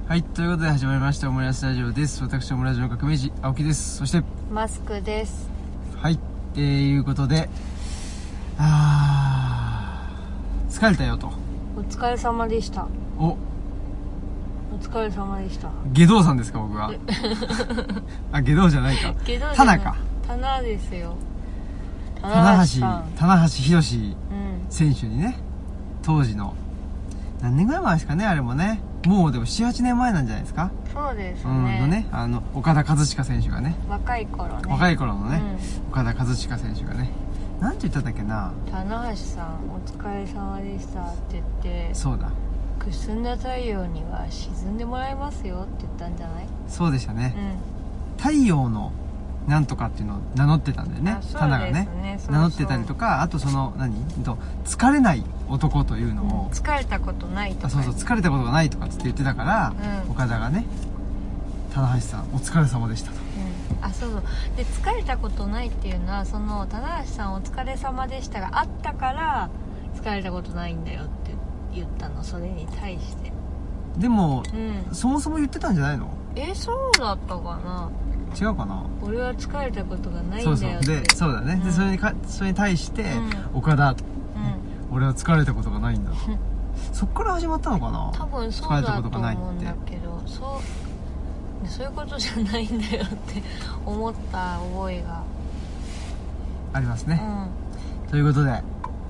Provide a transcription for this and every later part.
はい、ということで始まりましたオムライスラジオです。私オムライスの革命児青木です。そしてマスクです。 はい、いうことで疲れたよと。 お疲れ様でした。 お疲れ様でした。 下道さんですか、僕は。あ、下道じゃないか。 下道じゃない。 棚か。 棚ですよ。 棚橋宏うん。 選手にね、当時の何年ぐらい前ですかね、あれもね。もうでも 7,8 年前なんじゃないですか。 そうですね。 のね、岡田和親選手がね、 若い頃ね。 若い頃のね、岡田和親選手がね、なんて言ったんだっけな。 棚橋さんお疲れ様でしたって言って、 そうだ、 くすんだ太陽には沈んでもらいますよって言ったんじゃない？ そうでしたね、 うん。 太陽のなんとかっていうのを名乗ってたんだよね、棚がね。名乗ってたりとか、あとその疲れない男というのを、 疲れたことないとか、 そうそう、疲れたことがないとかって言ってたから、岡田がね、棚橋さんお疲れ様でしたと。 そうそう。で、疲れたことないっていうのは、その棚橋さんお疲れ様でしたがあったから疲れたことないんだよって言ったの、それに対して。でも、そもそも言ってたんじゃないの？ そうだったかな。 違うかな。 俺は疲れたことがないんだよって。 そうだね、でそれに対して、岡田、俺は疲れたことがないんだそっから始まったのかな。 多分そうだと思うんだけど、そういうことじゃないんだよって思った覚えがありますね、ということで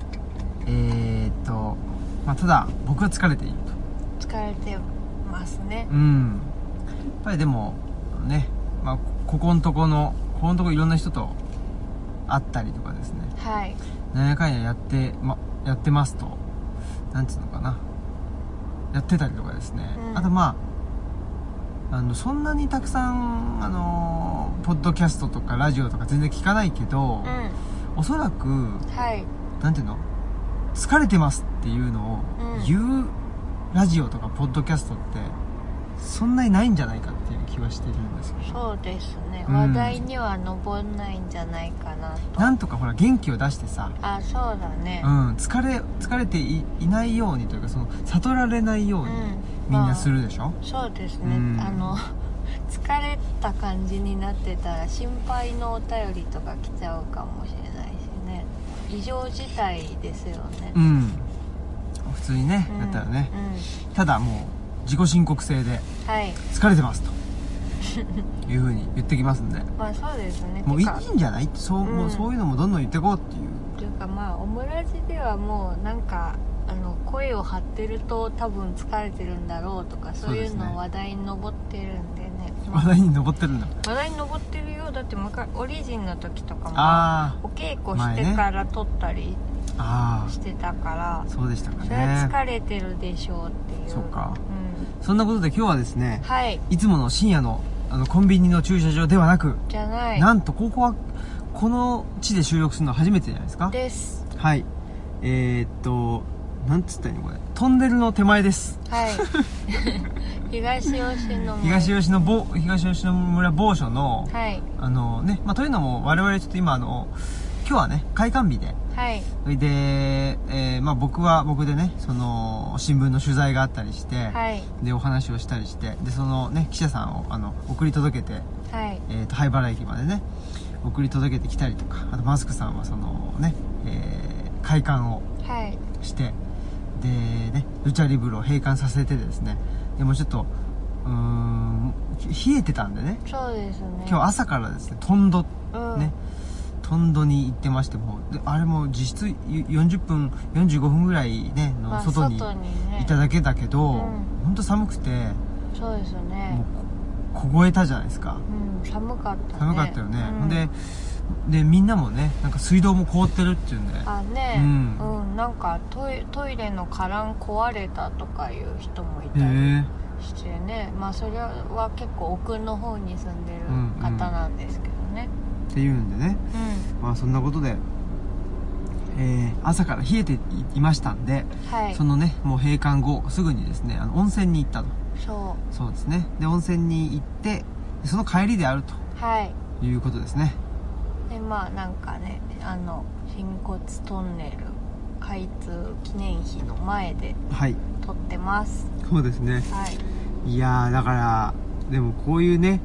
ただ僕は疲れていると。 疲れてますね。 やっぱりでもね、ここのとこいろんな人と会ったりとかですね、何やかんややってますと、なんつうのかな、やってたりとかですね、あとそんなにたくさんポッドキャストとかラジオとか全然聞かないけど、おそらく、なんていうの、疲れてますっていうのを言うラジオとかポッドキャストってそんなにないんじゃないかっていう気はしてるんですけど。 そうですね、話題には上んないんじゃないかなと。 なんとかほら元気を出してさ、 そうだね、 疲れていないようにというか、その悟られないようにみんなするでしょ。 そうですね、疲れた感じになってたら心配のお便りとか来ちゃうかもしれないしね。異常事態ですよね。 普通にね、だったらね、ただもう自己申告制で疲れてますという風に言ってきますんで、 そうですね、 もういいんじゃない？もうそういうのもどんどん言っていこうっていう。 というかオムラジではもうなんか声を張ってると多分疲れてるんだろうとか、そういうの話題に上ってるんでね。 話題に上ってるんだ。話題に上ってるよ。だってオリジンの時とかもお稽古してから撮ったりしてたから、 そうでしたかね。 それは疲れてるでしょうっていう。 そうか、そんなことで今日はですね、いつもの深夜のコンビニの駐車場ではなく、なんとここはこの地で収録するのは初めてじゃないですか。 です。 はい。なんつったらいいのこれ。トンネルの手前です。 東吉野村某所の、というのも我々ちょっと今今日はね開館日で、それで、僕は僕でね、その新聞の取材があったりして、でお話をしたりして、でそのね記者さんを送り届けて、灰原駅までね送り届けてきたりとか、あとマスクさんはそのね、開館をしてでね、ルチャリブロを閉館させてですね、でもちょっと冷えてたんでね。 そうですね。 今日朝からですね、トンドに行ってまして、もうであれも実質40分45分ぐらいねの外にいただけだけど、本当寒くて、 そうですね、 もう凍えたじゃないですか。 寒かったね。 寒かったよね。でみんなもね、なんか水道も凍ってるっていうんで、 なんかトイレのカラン壊れたとかいう人もいたりしてね。それは結構奥の方に住んでる方なんですけどね、 っていうんでね、そんなことで、朝から冷えていましたんで、そのねもう閉館後すぐにですね温泉に行ったと。そうですね。で温泉に行って、その帰りであるということですね。 でなんかね、新骨トンネル開通記念碑の前で撮ってます。 そうですね。 いやだからでもこういうね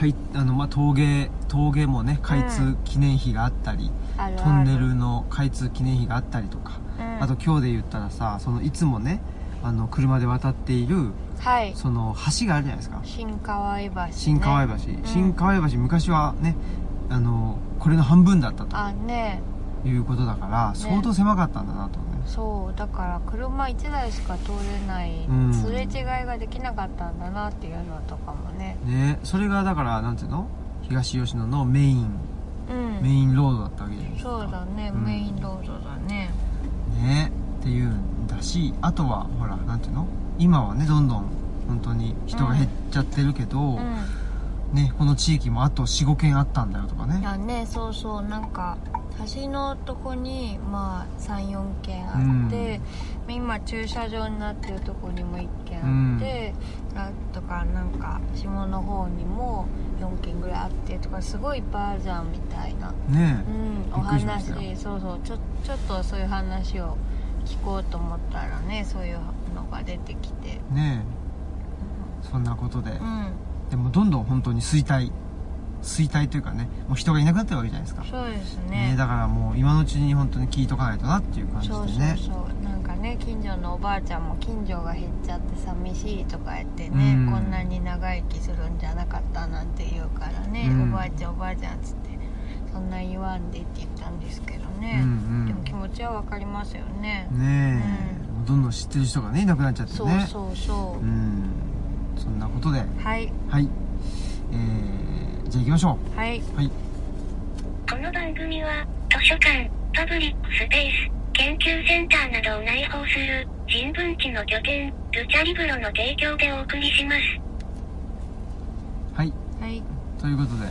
峠もね開通記念碑があったり、トンネルの開通記念碑があったりとか、あと今日で言ったらさ、いつもね車で渡っている、その橋があるじゃないですか。新川井橋、昔はねこれの半分だったということだから、相当狭かったんだなとね。 そうだから車1台しか通れない、すれ違いができなかったんだなっていうのとかもね。 それがだからなんていうの、東吉野のメインロードだったわけじゃないですか。 そうだね、メインロードだね。 っていうんだし、あとはほらなんていうの、今はねどんどん本当に人が減っちゃってるけど、この地域もあと 4,5 軒あったんだよとかね。 そうなんか橋のとこに3,4 軒あって、今駐車場になってるとこにも1軒あって、とかなんか下の方にも4軒ぐらいあってとか、すごいいっぱいあるじゃんみたいなお話。そうちょっとそういう話を聞こうと思ったらね、そういうのが出てきてそんなことで、でもどんどん本当に衰退というかね、もう人がいなくなってるわけじゃないですか。 そうですね。 だからもう今のうちに本当に聞いとかないとなっていう感じでね。 そうなんかね、近所のおばあちゃんも近所が減っちゃって寂しいとか言ってね、こんなに長生きするんじゃなかったなんて言うからね、おばあちゃんっつってそんな言わんでって言ったんですけどね、でも気持ちは分かりますよね。 どんどん知ってる人がねいなくなっちゃってね。そんなことでじゃあ行きましょう。 この番組は図書館、パブリックスペース、研究センターなどを内包する人文地の拠点、ルチャリブロの提供でお送りします。 ということで、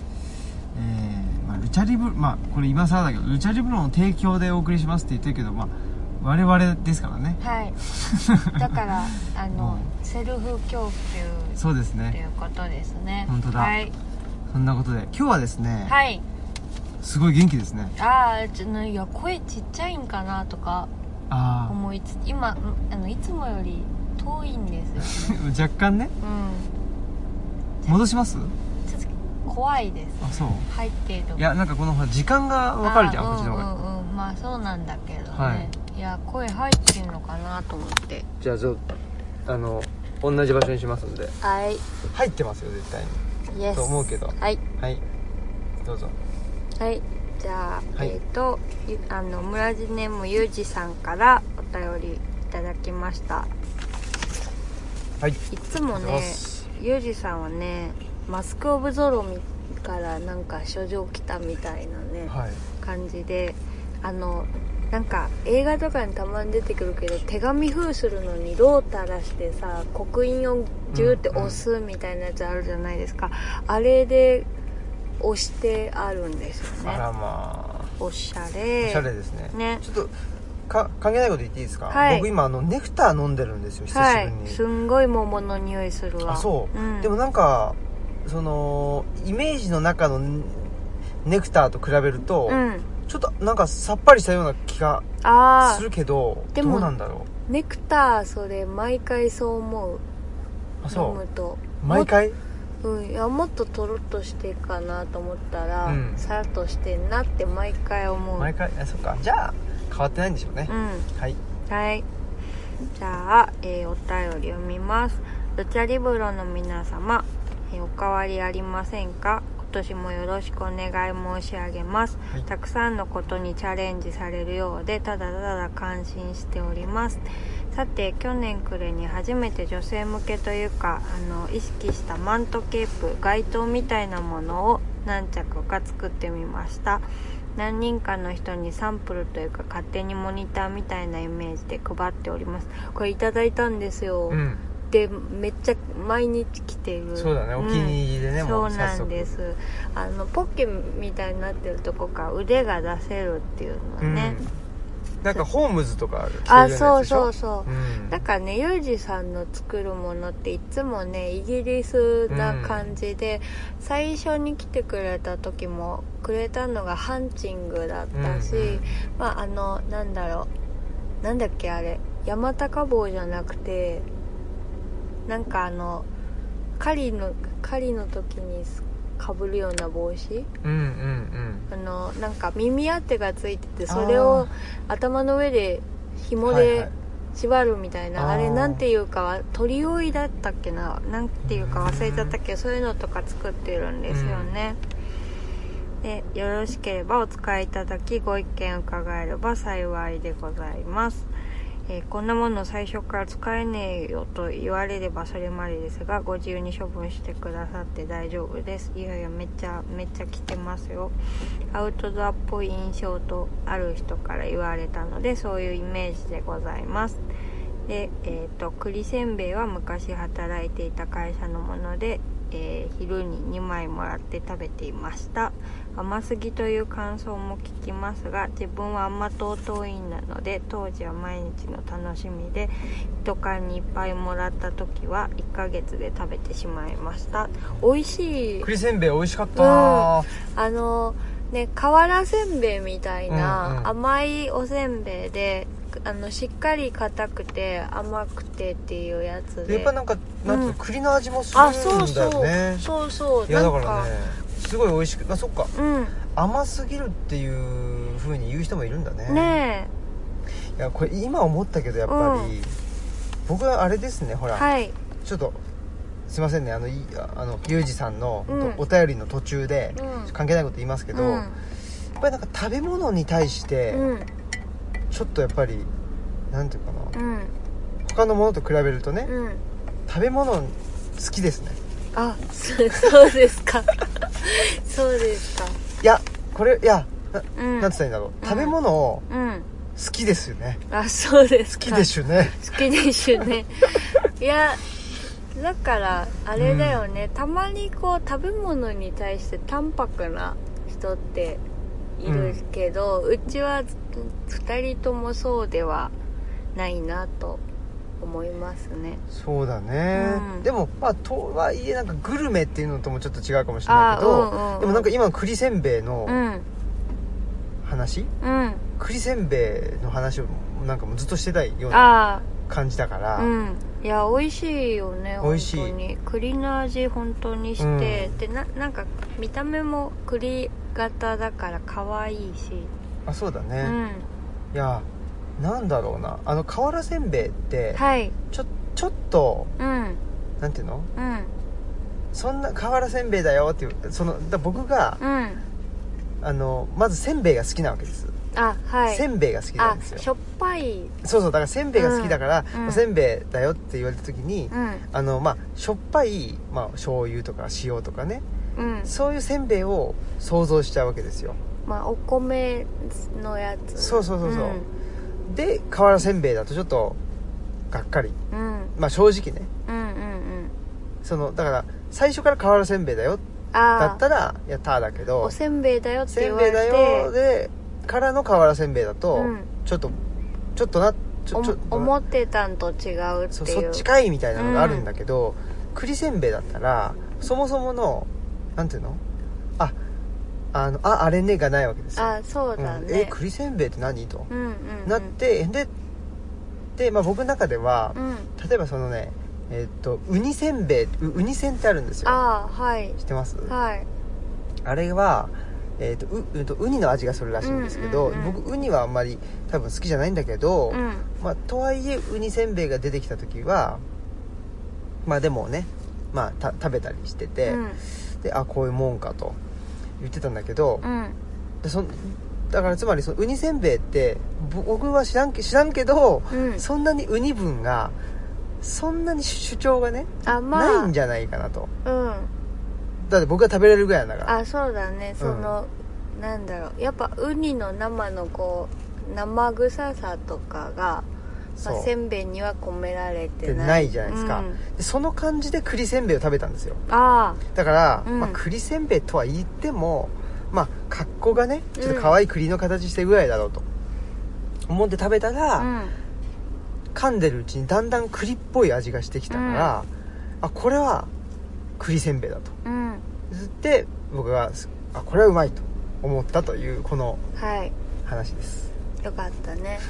ルチャリブロ、これ今更だけどルチャリブロの提供でお送りしますって言ってるけど、我々ですからね。 だからセルフ恐怖っていう、 そうですね、 っていうことですね。 本当だ。そんなことで今日はですね、すごい元気ですね。 いや声ちっちゃいんかなとか思いつつ、今いつもより遠いんですよね若干ね。戻します？ ちょっと怖いです。 そう入っている。 いやなんかこの時間が分かるじゃん、こっちの方が。 そうなんだけどね、いや声入ってんのかなと思って。 じゃあ同じ場所にしますんで。入ってますよ絶対に。と思うけど。どうぞ。 じゃあ村地ネームゆうじさんからお便りいただきました。いつもねゆうじさんはね、マスクオブゾロからなんか書状来たみたいなね、感じでなんか映画とかにたまに出てくるけど、手紙封するのにロー垂らしてさ、刻印をジューって押すみたいなやつあるじゃないですか。あれで押してあるんですよね。おしゃれですね。ちょっと関係ないこと言っていいですか？僕今ネクター飲んでるんですよ、久しぶりに。 すんごい桃の匂いするわ。 でもなんかそのイメージの中のネクターと比べると、ちょっとなんかさっぱりしたような気がするけど、どうなんだろう。ネクターそれ毎回そう思う。飲むと毎回？ いやもっととろっとしてかなと思ったら、さらっとしてんなって毎回思う。 そっか、じゃあ変わってないんでしょうね。 じゃあ、お便り読みます。ルチャリブロの皆様、お変わりありませんか？今年もよろしくお願い申し上げます。たくさんのことにチャレンジされるようで、ただただ感心しております。さて、去年暮れに初めて女性向けというか意識したマントケープ、街灯みたいなものを何着か作ってみました。何人かの人にサンプルというか勝手にモニターみたいなイメージで配っております。これいただいたんですよ。でめっちゃ毎日着てる。 そうだね、お気に入りでね。 そうなんです。ポッケみたいになってるとこから腕が出せるっていうのね、 なんかホームズとかある。 そう、だからね、ユージさんの作るものっていつもねイギリスな感じで、最初に来てくれた時もくれたのがハンチングだったし、なんだっけあれ、山高帽じゃなくてなんか狩りの時にかぶるような帽子、なんか耳当てがついてて、それを頭の上で紐で縛るみたいな、あれなんていうか鳥追いだったっけな、なんていうか忘れちゃったけど、そういうのとか作ってるんですよね。で、よろしければお使いいただき、ご意見伺えれば幸いでございます。こんなもの最初から使えねえよと言われればそれまでですが、ご自由に処分してくださって大丈夫です。いやいや、めっちゃ来てますよ。アウトドアっぽい印象とある人から言われたので、そういうイメージでございます。で、栗せんべいは昔働いていた会社のもので、昼に2枚もらって食べていました。甘すぎという感想も聞きますが、自分は甘党党員なので、当時は毎日の楽しみで、1缶に1杯もらった時は1ヶ月で食べてしまいました。美味しい。 栗せんべい美味しかったな、 ね、瓦せんべいみたいな甘いおせんべいで、しっかり硬くて甘くてっていうやつで、 やっぱなんか栗の味もするんだよね。 そういやだからね、すごい美味しく、そっか、甘すぎるっていう風に言う人もいるんだね。 ねえ。いやこれ今思ったけどやっぱり、僕はあれですね、ほら、ちょっとすいませんね、ゆうじさんのお便りの途中で関係ないこと言いますけど、やっぱりなんか食べ物に対して、ちょっとやっぱりなんていうかな、他のものと比べるとね、食べ物好きですね。 あ、そうですかそうですか。 いやこれ、いやなんて言ったらいいんだろう、食べ物を好きですよね。 あ、そうですか。 好きでしゅね。 好きでしゅねいやだからあれだよね、たまにこう食べ物に対して淡白な人っているけど、うちは2人ともそうではないなと思いますね。 そうだね、でもとはいえなんかグルメっていうのともちょっと違うかもしれないけど、でもなんか今の栗せんべいの話、栗せんべいの話をなんかもうずっとしてたいような感じだから、 いや美味しいよね。 美味しい。 本当に栗の味本当にして、でなんか見た目も栗型だから可愛いし。 あ、そうだね、いやなんだろうな、瓦せんべいって、ちょっと、なんていうの、そんな瓦せんべいだよっていう、僕が、まずせんべいが好きなわけです。せんべいが好きなんですよ。 しょっぱい。 そうだからせんべいが好きだから、おせんべいだよって言われた時に、しょっぱい、醤油とか塩とかね、そういうせんべいを想像しちゃうわけですよ。 お米のやつ。 そう、で瓦せんべいだとちょっとがっかり、正直ね、だから最初から瓦せんべいだよだったらやったーだけど、 おせんべいだよって言われて、 せんべいだよでからの瓦せんべいだと、ちょっと思ってたんと違うっていう、 そっちかいみたいなのがあるんだけど、栗せんべいだったらそもそものなんていうの、あれねがないわけですよ。 そうだね、 栗せんべいって何と、なってで僕の中では、例えばそのね、ウニせんべい、ウニせんってあるんですよ。知ってます？あれはウニの味がするらしいんですけど、僕ウニはあんまり多分好きじゃないんだけど、とはいえウニせんべいが出てきた時はでもね、食べたりしてて、でこういうもんかと言ってたんだけど、だからつまりそのウニせんべいって僕は知らんけど、そんなにウニ分がそんなに主張がね、ないんじゃないかなと。だって僕が食べれるぐらいだから。 そうだね。なんだろう、やっぱウニの生のこう生臭さとかが、せんべいには込められてないじゃないですか、でその感じで栗せんべいを食べたんですよ。だから、栗せんべいとは言っても格好がねちょっと可愛い栗の形してるぐらいだろうと思って食べたら、噛んでるうちにだんだん栗っぽい味がしてきたから、これは栗せんべいだと、で僕がこれはうまいと思ったというこの話です。 よかったね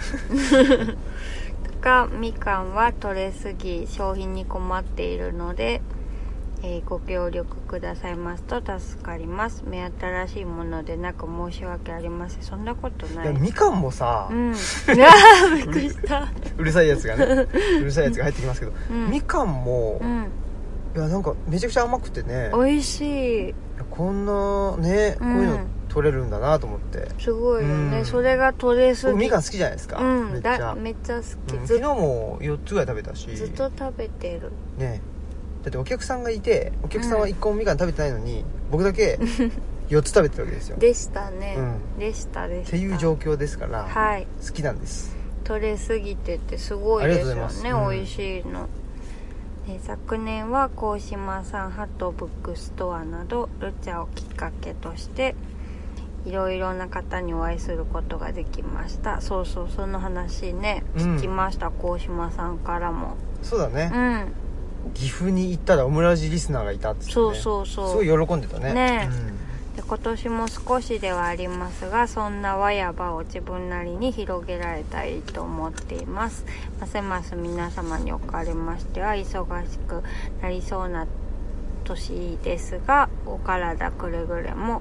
みかんは取れすぎ商品に困っているので、ご協力くださいますと助かります。目新しいものでなく申し訳ありません。そんなことない。 いやみかんもさ、 びっくりしたうるさいやつがねうるさいやつが入ってきますけど、みかんも、いやなんかめちゃくちゃ甘くてね、 美味しい。 こんなね、こういうの取れるんだなと思って。 すごいよね、それが取れすぎ。 僕みかん好きじゃないですか、めっちゃ好き、 昨日も4つぐらい食べたし、 ずっと食べてるね。だってお客さんがいて、お客さんは1個もみかん食べてないのに、僕だけ4つ食べてるわけですよでしたね、でしたっていう状況ですから、 はい、 好きなんです。 取れすぎててすごいですよね、美味しいの。昨年は鴻島さんハットブックストアなどルチャをきっかけとしていろいろな方にお会いすることができました。そうそう、その話ね聞きました、鴻島さんからも。 そうだね、岐阜に行ったらオムラジリスナーがいたっつって、ね、 そうすごい喜んでたね。 で今年も少しではありますが、そんな輪や場を自分なりに広げられたらいいと思っています。ますます皆様におかれましては忙しくなりそうな年ですが、お体くれぐれも、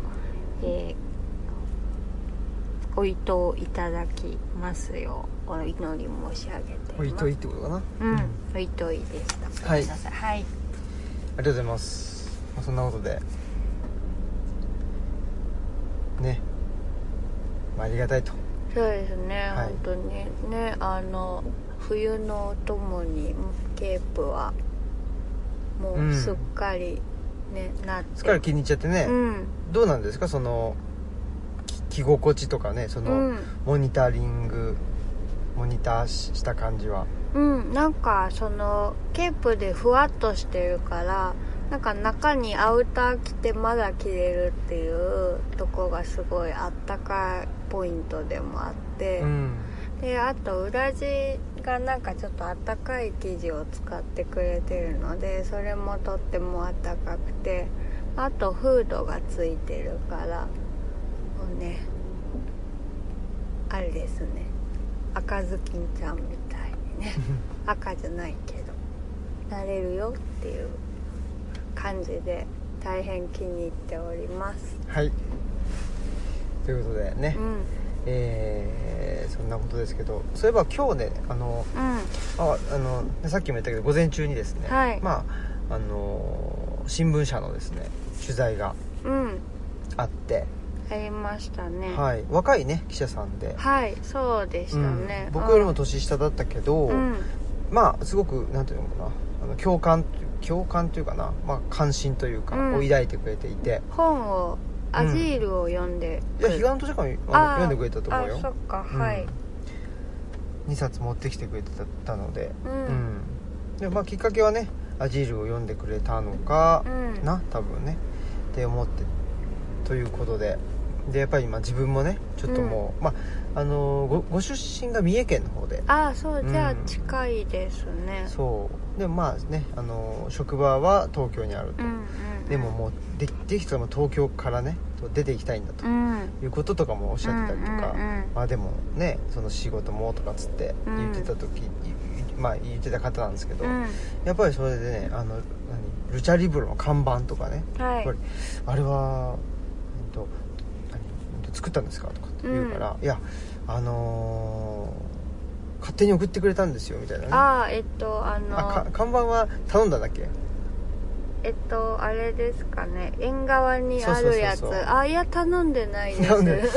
おいといただきますようお祈り申し上げています。 おいといってことかな。 おいといでした。 はい、 ごめんなさい。はい、 ありがとうございます。そんなことでね、ありがたいと。 そうですね、本当にね、冬のお供にケープはもうすっかりね、なってすっかり気に入っちゃってね、どうなんですか、その着心地とかね、その、モニターした感じは。 なんかそのケープでふわっとしてるから、なんか中にアウター着てまだ着れるっていうとこがすごいあったかいポイントでもあって、であと裏地がなんかちょっとあったかい生地を使ってくれてるので、それもとってもあったかくて、あとフードがついてるからもうね、あれですね、赤ずきんちゃんみたいにね赤じゃないけどなれるよっていう感じで大変気に入っております。 はい、ということでね、そんなことですけど、そういえば今日ね、さっきも言ったけど午前中にですね、新聞社のですね取材があって、 ありましたね。 若いね記者さんで、 そうでしたね、 僕よりも年下だったけど、すごくなんていうのかな、共感というかな、関心というか、を抱いてくれていて、 本をアジールを読んで、 いや、彼岸の図書館読んでくれたと思うよ。 そっか、 2冊持ってきてくれてたので、できっかけはね、アジールを読んでくれたのかな、多分ねって思ってということで、やっぱり今自分もねちょっともう、ご出身が三重県の方で、 そう、じゃあ近いですね。 そうでね、職場は東京にあると、でももうできたら東京からね出ていきたいんだと、いうこととかもおっしゃってたりとか、でもね、その仕事もとかつって言ってた時、言ってた方なんですけど、やっぱりそれでね、ルチャリブロの看板とかね、やっぱりあれは作ったんですかとかって言うから、いや勝手に送ってくれたんですよみたいなね。看板は頼んだんだっけ。 あれですかね、縁側にあるやつ。いや頼んでないです。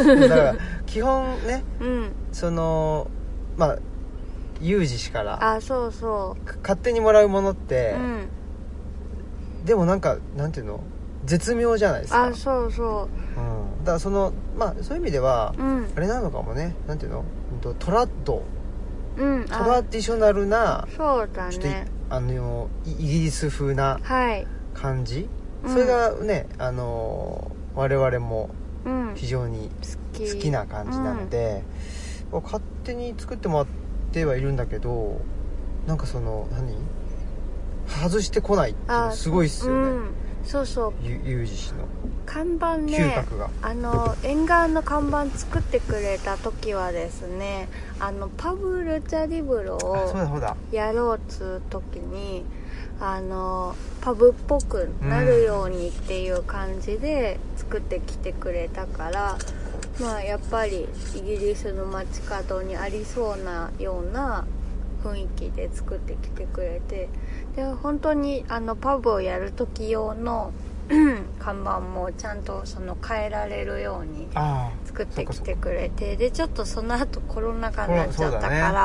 だから基本ね、その有事しから勝手にもらうものって、でもなんていうの、絶妙じゃないですか。だからそういう意味では、あれなのかもね、なんていうの、トラディショナルな、 そうだね、 イギリス風な感じ、それがね、我々も非常に好きな感じなので、勝手に作ってもらってはいるんだけど、なんかその外してこないっていうのすごいっすよね。 そうそう、 ユージ氏の看板ね、 嗅覚が縁側の看板作ってくれた時はですね、パブルチャリブロをやろうっつう時にパブっぽくなるようにっていう感じで作ってきてくれたから、まあやっぱりイギリスの街角にありそうなような雰囲気で作ってきてくれて、で本当にパブをやる時用の看板もちゃんと変えられるように作ってきてくれて、でちょっとその後コロナ禍になっちゃったから、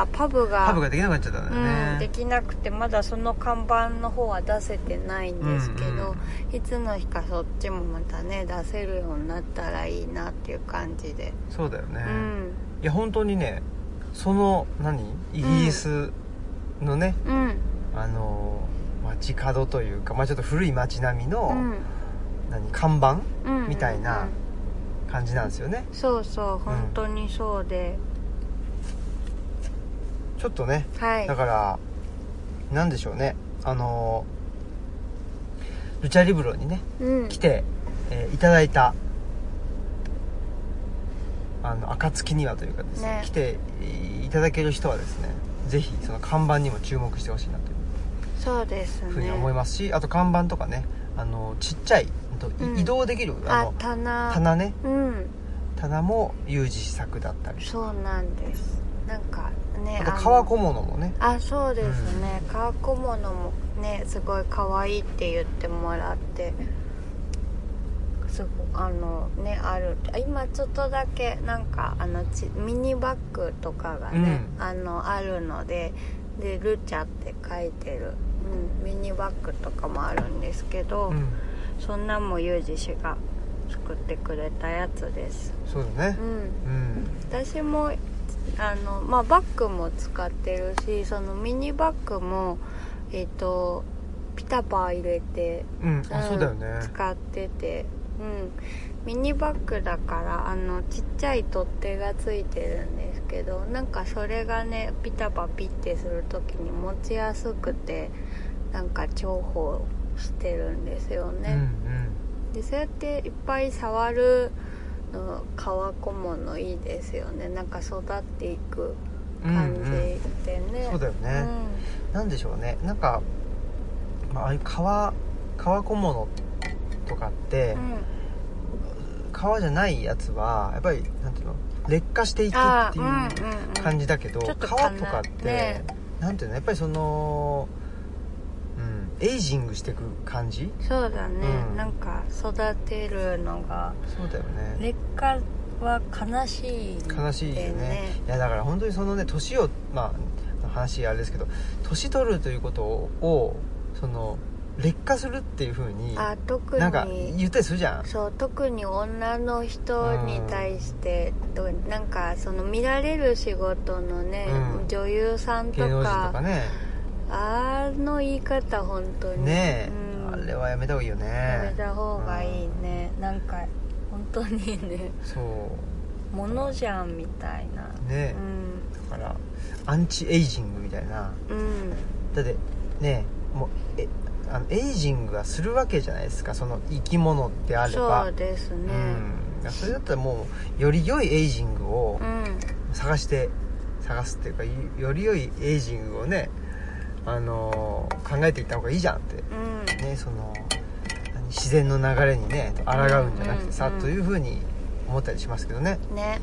パブができなくなっちゃったんだよね、 できなくて、まだその看板の方は出せてないんですけど、いつの日かそっちもまたね出せるようになったらいいなっていう感じで。 そうだよね、いや本当にね、そのイギリスのね、街角というか、ちょっと古い街並みの、看板、みたいな感じなんですよね。 そうそう、本当にそうで、 ちょっとね、だからなんでしょうね、ルチャリブロにね、来て、いただいた暁にはというかですね、来ていただける人はですね、ぜひその看板にも注目してほしいなという、 そうですね、 ふうに思いますし、あと看板とかね、ちっちゃい移動できる、棚ね、棚も有事作だったり、 そうなんです。なんかね、 あと革小物もね、 そうですね、革小物もねすごい可愛いって言ってもらって、すごある。今ちょっとだけなんかミニバッグとかがね、あるので、ルチャって書いてる、ミニバッグとかもあるんですけど、そんなんもユージ氏が作ってくれたやつです。 そうだね、 私もバッグも使ってるし、そのミニバッグもピタパー入れて、 そうだよね、 使ってて、ミニバッグだからちっちゃい取っ手がついてるんですけど、なんかそれがねピタパピッてする時に持ちやすくて、なんか重宝してるんですよね、でそうやっていっぱい触るの革小物いいですよね。なんか育っていく感じでね、 そうだよね、なんでしょうね、なんか、ああいう革小物とかって、革じゃないやつはやっぱりなんていうの、劣化していくっていう感じだけど、革とかって、なんていうの、やっぱりそのエイジングしていく感じ。 そうだね、なんか育てるのが、 そうだよね、 劣化は悲しい、 悲しいよね。いやだから本当にそのね、年を話あれですけど、年取るということをその劣化するっていう風に特になんか言ったりするじゃん。 そう、特に女の人に対して、なんかその見られる仕事のね、女優さんとか芸能人とかね、 言い方本当にね、あれはやめた方がいいよね。 やめた方がいいね、なんか本当にね、そうものじゃんみたいなね、だからアンチエイジングみたいな、だってね、もうエイジングはするわけじゃないですか、その生き物であれば。 そうですね、 それだったらもうより良いエイジングを探すっていうか、より良いエイジングをね、考えていった方がいいじゃんって、ね、その自然の流れにね抗うんじゃなくてさ、という風に思ったりしますけどね。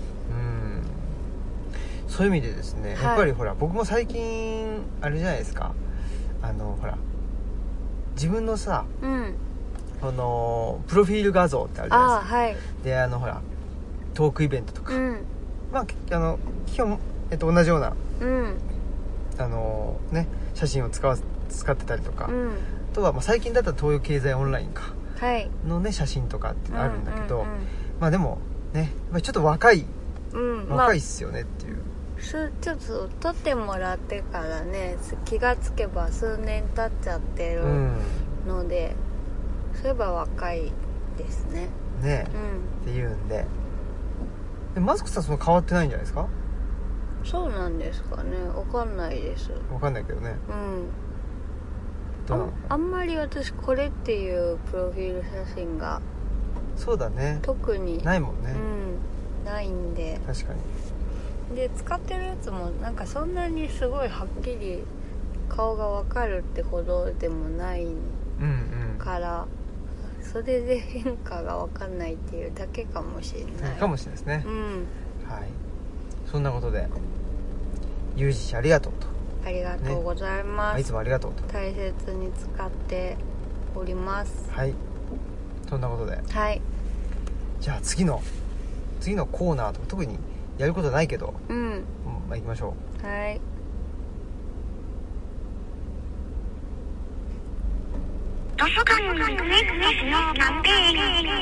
そういう意味でですね、やっぱりほら、僕も最近あれじゃないですか、ほら自分のさ、プロフィール画像ってあるじゃないですか。でほらトークイベントとか、基本、同じような、ね、写真を使ってたりとか、あとは最近だったら東洋経済オンラインかのね、写真とかってあるんだけど、でもね、ちょっと若いっすよねっていう。 ちょっと撮ってもらってからね、気がつけば数年経っちゃってるので、そういえば若いですね。 っていうんで、マスクさんその変わってないんじゃないですか。 そうなんですかね、分かんないです。 分かんないけどね。 あんまり私これっていうプロフィール写真がそうだね特にないもんね、 ないんで。 確かに。 で使ってるやつもなんかそんなにすごいはっきり顔が分かるってほどでもないから、それで変化が分かんないっていうだけかもしれないかもしれないですね。 はい。 そんなことでユージ氏ありがとうと。 ありがとうございます、 いつもありがとうと。 大切に使っております。 はい。そんなことで、 はい。 じゃあ次のコーナーとか特にやることないけど、行きましょう。はい。 図書館のリクエストのキャンペーン。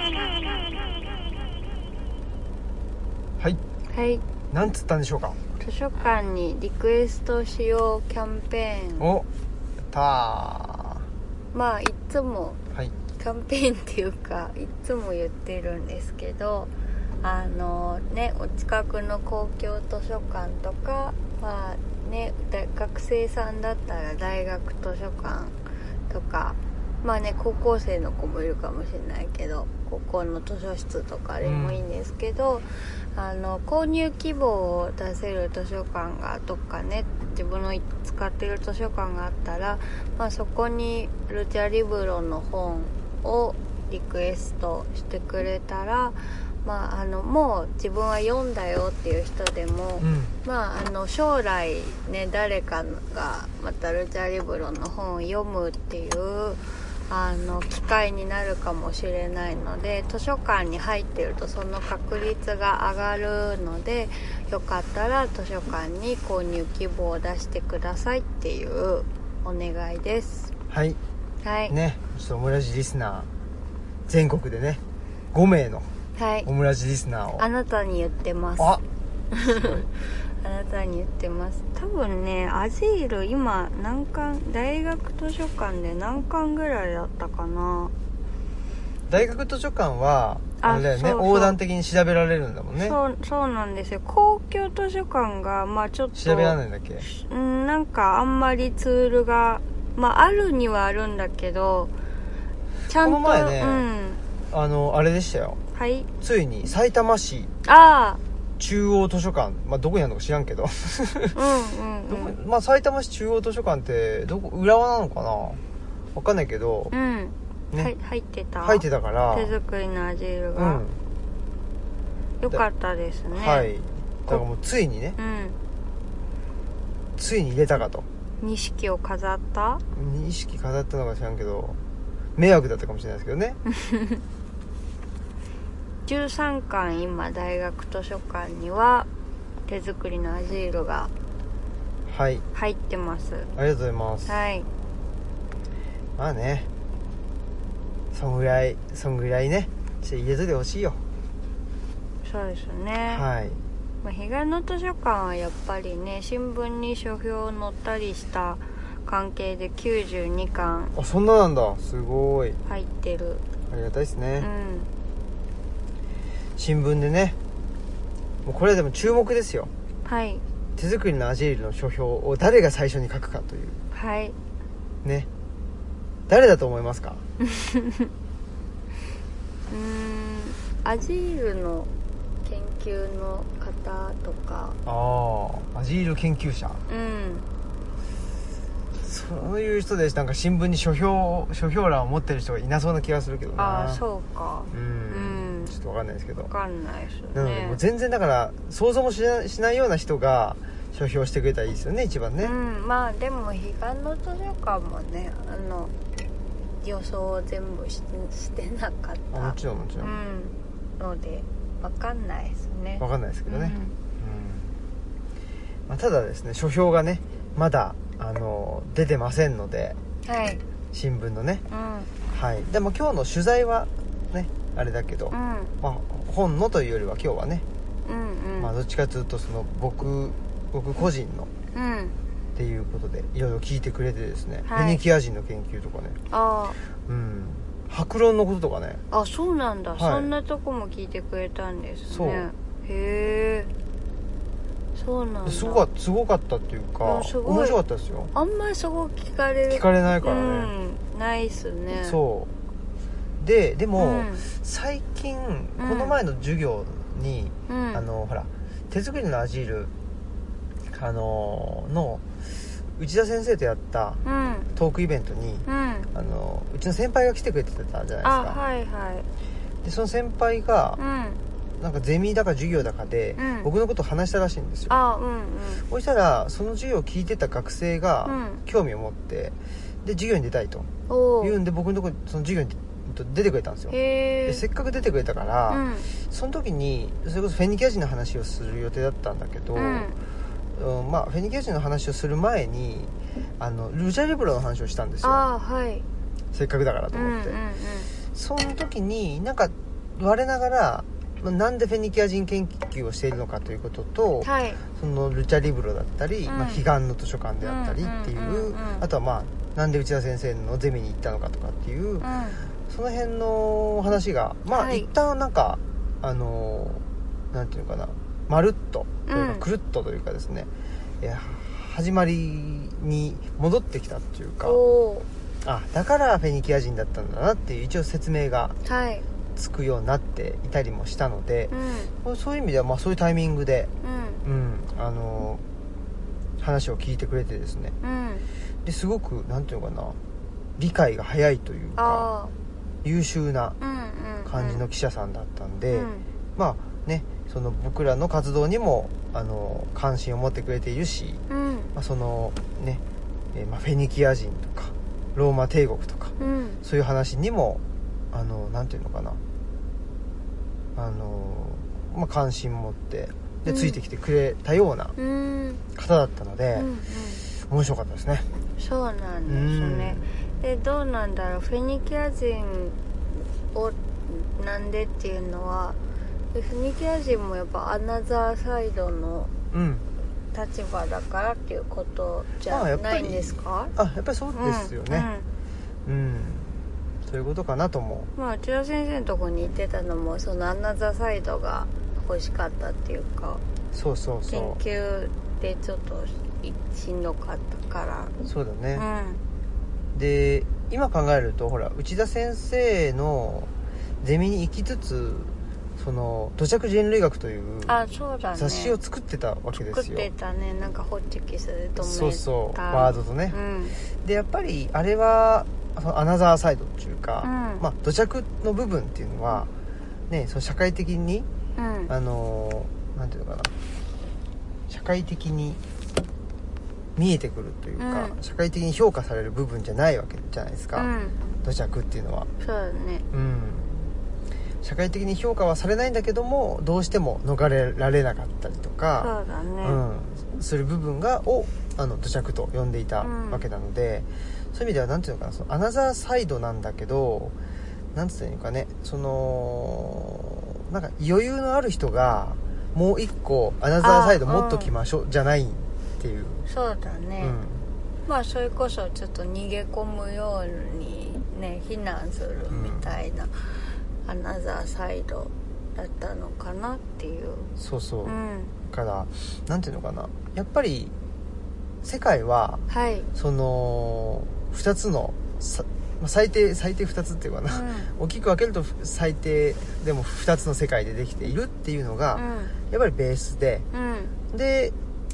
はい。 はい。 なんつったんでしょうか。 図書館にリクエストしようキャンペーン。 お、やったー。 まあいつもキャンペーンっていうかいつも言ってるんですけど、お近くの公共図書館とか、学生さんだったら大学図書館とか、高校生の子もいるかもしれないけど高校の図書室とかでもいいんですけど、購入希望を出せる図書館がどっかね、自分の使ってる図書館があったら、そこにルチャリブロの本をリクエストしてくれたら、もう自分は読んだよっていう人でも、将来ね誰かがまたルチャリブロの本を読むっていう機会になるかもしれないので、図書館に入ってるとその確率が上がるので、よかったら図書館に購入希望を出してくださいっていうお願いです。 はい。 はい。 ね、ちょっとオムラジリスナー全国でね5名のオムラジリスナーを、 あなたに言ってます。 あ、すごい。 あなたに言ってます。多分ね、アジール今何巻、大学図書館で何巻ぐらいだったかな。 大学図書館はあれだよね、横断的に調べられるんだもんね。 そうなんですよ。公共図書館がちょっと調べられないんだっけ。 なんかあんまりツールがあるにはあるんだけど、ちゃんとこの前ね、あれでしたよ。 はい。 ついに埼玉市中央図書館、どこにあるのか知らんけど埼玉市中央図書館って浦和なのかな、わかんないけど、 入ってたから手作りのアジールが、よかったですね。 はい。だからもうついにね、ついに入れたかと。 錦を飾ったのか知らんけど迷惑だったかもしれないですけどね 13巻今大学図書館には手作りのアジールが入ってます。 ありがとうございます。 はい。 そんぐらいね入れといてほしいよ。 そうですね。 はい。 彼岸の図書館はやっぱりね、新聞に書評載ったりした関係で92巻、 そんななんだ。すごい入ってる。 ありがたいですね。新聞でね、もうこれでも注目ですよ。 はい。 手作りのアジールの書評を誰が最初に書くかという。 はいね。誰だと思いますか？ アジールの研究の方とか。 アジール研究者。そういう人でなんか新聞に書評欄を持ってる人がいなそうな気がするけどな。 そうか。 ちょっと分かんないですけど。 分かんないですよね。 なのでもう全然だから想像もしないような人が書評してくれたらいいですよね、一番ね。 でも彼岸の図書館もね、予想を全部してなかった。 もちろんので分かんないですね。 分かんないですけどね。ただですね、書評がねまだ出てませんので、新聞のね、でも今日の取材はねあれだけど、本のというよりは今日はね、どっちかというとその僕個人の、っていうことでいろいろ聞いてくれてですね、フェニキア人の研究とかね、白論のこととかね。 そうなんだ、そんなとこも聞いてくれたんですね。へえ、 そうなんだ。 すごかったっていうか面白かったですよ。 あんまりそこ聞かれないからね、 ないっすね。 そうでも、最近この前の授業に、ほら手作りのアジールの内田先生とやったトークイベントに、うちの先輩が来てくれてたじゃないですか。 はいはい。 でその先輩が、なんかゼミだか授業だかで、僕のことを話したらしいんですよ。そしたらその授業を聞いてた学生が興味を持って、で授業に出たいと言うんで、僕のとこその授業に出てくれたんですよ。でせっかく出てくれたから、その時にそれこそフェニキア人の話をする予定だったんだけど、まあフェニキア人の話をする前にルチャリブロの話をしたんですよ。せっかくだからと思って、その時になんか我ながらなんでフェニキア人研究をしているのかということと、そのルチャリブロだったり、彼岸の図書館であったりっていう、あとはまあなんで内田先生のゼミに行ったのかとかっていう、その辺の話がまあ一旦なんかなんていうのかな、まるっとというかくるっとというかですね、始まりに戻ってきたっていうか、だからフェニキア人だったんだなっていう一応説明がつくようになっていたりもしたので、そういう意味ではまあそういうタイミングで、話を聞いてくれてですね、ですごくなんていうのかな、理解が早いというか優秀な感じの記者さんだったんで、まあね、その僕らの活動にも関心を持ってくれているし、そのね、フェニキア人とかローマ帝国とか、そういう話にもなんていうのかな、関心持ってでついてきてくれたような方だったので、面白かったですね。 そうなんですね。でどうなんだろう、フェニキア人をなんでっていうのは、フェニキア人もやっぱアナザーサイドの立場だからっていうことじゃないんですか？ やっぱりそうですよね。そういうことかなと思う。 内田先生のとこに行ってたのもそのアナザーサイドが欲しかったっていうか、 そう研究でちょっとしんどかったから。 そうだね、で今考えるとほら内田先生のゼミに行きつつその土着人類学という雑誌を作ってたわけですよ。 作ってたね、なんかホッチキスで止めたワードとね、でやっぱりあれはアナザーサイドっていうか、土着の部分っていうのはね、その社会的に、なんていうのかな、社会的に見えてくるというか、社会的に評価される部分じゃないわけじゃないですか、土着っていうのは。 そうだね。 社会的に評価はされないんだけども、どうしても逃れられなかったりとか、 そうだね、 する部分を土着と呼んでいたわけなので、そういう意味ではなんていうのかな、そのアナザーサイドなんだけど、なんていうのかね、そのなんか余裕のある人がもう一個アナザーサイド持っときましょう、じゃないっていう。 そうだね、それこそちょっと逃げ込むようにね、避難するみたいな、アナザーサイドだったのかなっていう。 そう、だからなんていうのかな、やっぱり世界は、その2つの最低2つっていうかな、大きく分けると最低でも2つの世界でできているっていうのが、やっぱりベースで、で、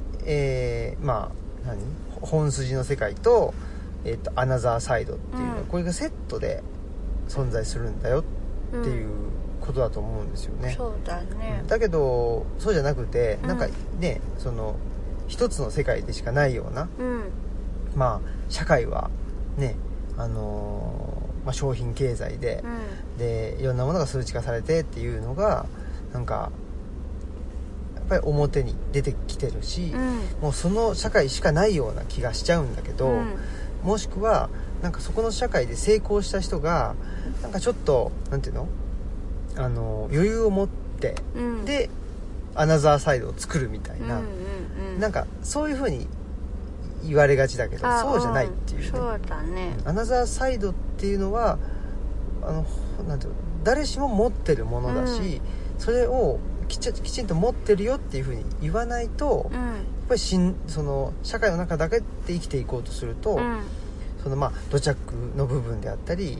本筋の世界と、アナザーサイドっていうのは、これがセットで存在するんだよっていうことだと思うんですよね。 そうだね。 だけどそうじゃなくて、なんかね、その一つの世界でしかないような、社会はね、商品経済で、でいろんなものが数値化されてっていうのがなんかやっぱり表に出てきてるし、もうその社会しかないような気がしちゃうんだけど、もしくはなんかそこの社会で成功した人がなんかちょっとなんていうの、余裕を持って、でアナザーサイドを作るみたいな、なんかそういう風に言われがちだけど、そうじゃないっていうね。 そうだね。 アナザーサイドっていうのはなんていうの、誰しも持ってるものだし、それをきちんと持ってるよっていうふうに言わないと、やっぱりその社会の中だけで生きていこうとすると、その土着の部分であったり、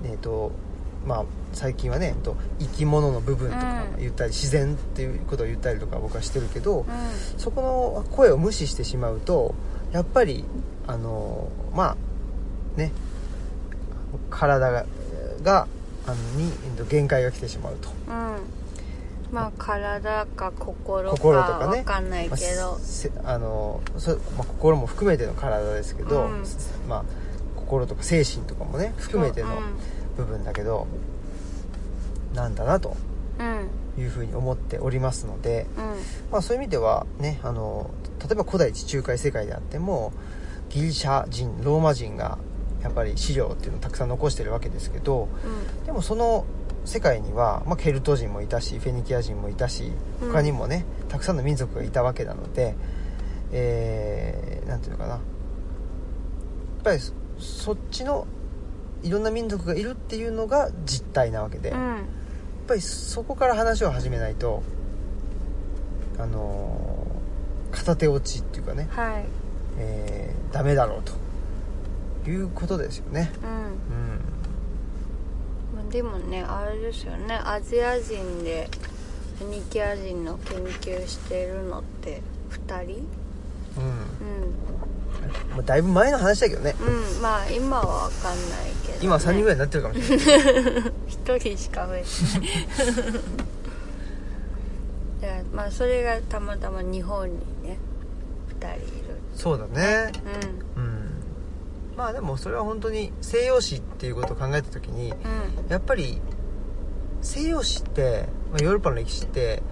最近はね生き物の部分とか言ったり、自然っていうことを言ったりとか僕はしてるけど、そこの声を無視してしまうとやっぱり体がに限界が来てしまうと、 体か心か分かんないけど、 心も含めての体ですけど、心とか精神とかもね含めての部分だけど、なんだなというふうに思っておりますので、そういう意味ではね、例えば古代地中海世界であってもギリシャ人ローマ人がやっぱり資料っていうのをたくさん残してるわけですけど、でもその世界には、ケルト人もいたしフェニキア人もいたし、他にもねたくさんの民族がいたわけなので、なんていうのかな、やっぱりそっちのいろんな民族がいるっていうのが実態なわけで、やっぱりそこから話を始めないと片手落ちっていうかね、ダメだろうということですよね。 でもね、あれですよね、アジア人でフェニキア人の研究してるのって2人？ だいぶ前の話だけどね。 今は分かんないけど、ね、 今は3人ぐらいになってるかもしれない 1人しか増えてないそれがたまたま日本にね2人いる。 そうだね。でもそれは本当に西洋史っていうことを考えた時に、やっぱり西洋史って、ヨーロッパの歴史って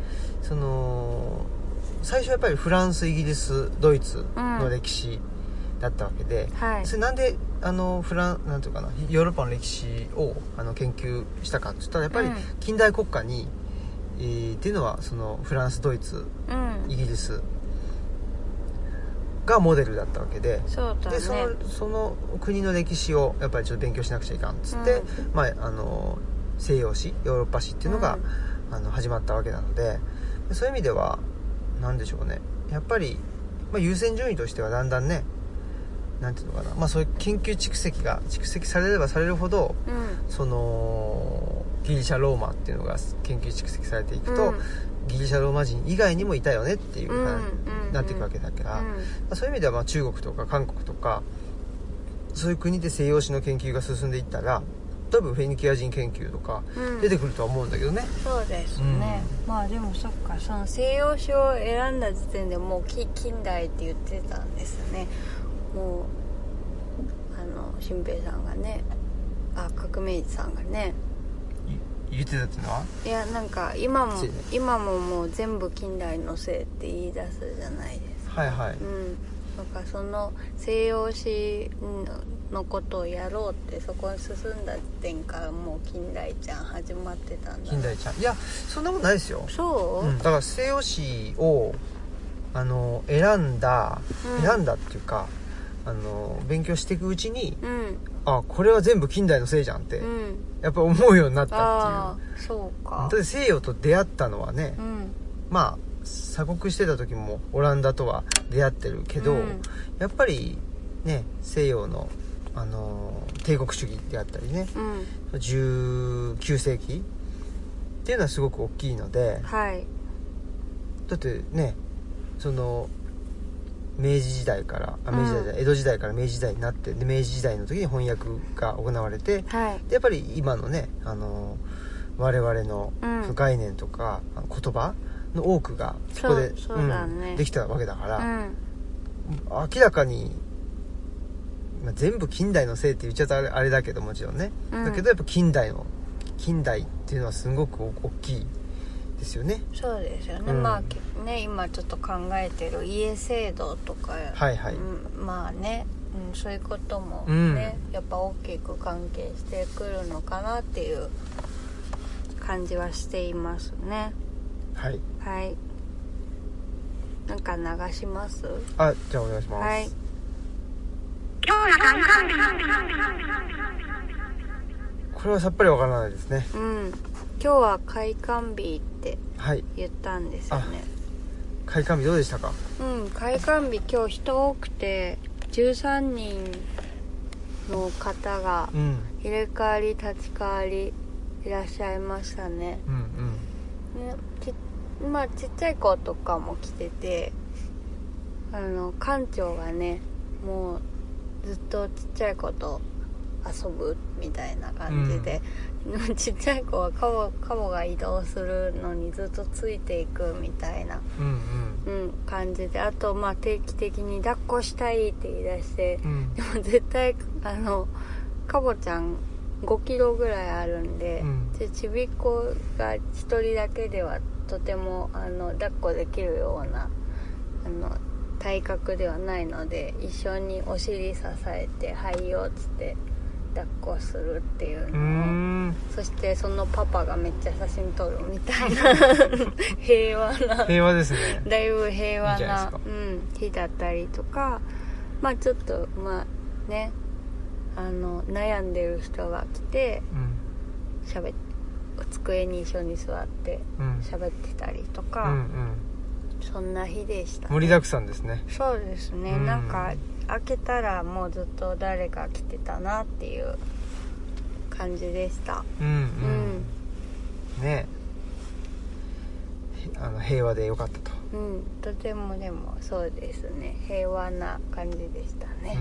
最初はやっぱりフランス、イギリス、ドイツの歴史だったわけで、それなんでなんていうかな、ヨーロッパの歴史を研究したかって言ったら、やっぱり近代国家に、っていうのはそのフランス、ドイツ、イギリスがモデルだったわけで、でその国の歴史をやっぱりちょっと勉強しなくちゃいかんっつって、西洋史、ヨーロッパ史っていうのが、始まったわけなので、そういう意味ではなんでしょうね、やっぱり、優先順位としてはだんだんね、なんていうのかな、そういう研究蓄積されればされるほど、そのギリシャローマっていうのが研究蓄積されていくと、ギリシャローマ人以外にもいたよねっていう話になっていくわけだから、そういう意味では中国とか韓国とかそういう国で西洋史の研究が進んでいったら、多分フェニキア人研究とか出てくるとは思うんだけどね。 そうですね。でもそっか、その西洋史を選んだ時点でもう近代って言ってたんですね。もう新平さんがね、革命児さんがね言ってたっていうのは、 いやなんか今ももう全部近代のせいって言い出すじゃないですか。なんかその西洋史のことをやろうってそこに進んだ時点からもう近代ちゃん始まってたんだ。 近代ちゃん、いやそんなことないですよ。 そう、 だから西洋史を選んだっていうか、勉強していくうちに、これは全部近代のせいじゃんって、やっぱ思うようになったっていう。 そうか。 だって西洋と出会ったのはね、鎖国してた時もオランダとは出会ってるけど、やっぱりね西洋の、帝国主義であったりね、19世紀っていうのはすごく大きいので、だってね、その明治時代から江戸時代から明治時代になって、で明治時代の時に翻訳が行われて、でやっぱり今のね、我々の概念とか言葉の多くがそこでできたわけだから、明らかに、全部近代のせいって言っちゃったらあれだけど、もちろんね、だけどやっぱ近代っていうのはすごく大きいですよね。 そうですよね。今ちょっと考えてる家制度とか、そういうこともね、やっぱ大きく関係してくるのかなっていう感じはしていますね。はい。なんか流します？ じゃあお願いします。これはさっぱりわからないですね。 今日は開館日って言ったんですよね、はい、 開館日どうでしたか？ 開館日今日人多くて13人の方が入れ替わり立ち替わりいらっしゃいましたね。まあちっちゃい子とかも来てて、館長がねもうずっとちっちゃい子と遊ぶみたいな感じで、ちっちゃい子はカモが移動するのにずっとついていくみたいな、感じで、あとまあ定期的に抱っこしたいって言い出して、でも絶対カボちゃん5キロぐらいあるんで、ちびっ子が1人だけではとても抱っこできるような体格ではないので、一緒にお尻支えてはいよっつって抱っこするっていうのを、そしてそのパパがめっちゃ写真撮るみたいな平和ですね。 だいぶ平和な日だったりとか、まあちょっとまあね悩んでる人が来て喋って、机に一緒に座って喋ってたりとか、そんな日でしたね。 盛りだくさんですね。 そうですね、なんか開けたらもうずっと誰か来てたなっていう感じでした。 ね、平和でよかったと。 とてもでもそうですね、平和な感じでしたね。